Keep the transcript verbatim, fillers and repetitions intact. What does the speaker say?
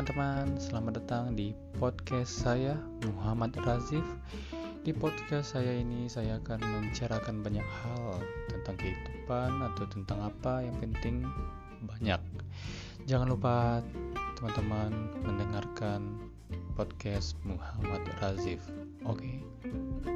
teman-teman, selamat datang di podcast saya, Muhammad Razif. Di podcast saya ini saya akan membicarakan banyak hal tentang kehidupan atau tentang apa yang penting banyak. Jangan lupa teman-teman mendengarkan podcast Muhammad Razif. Oke. Okay?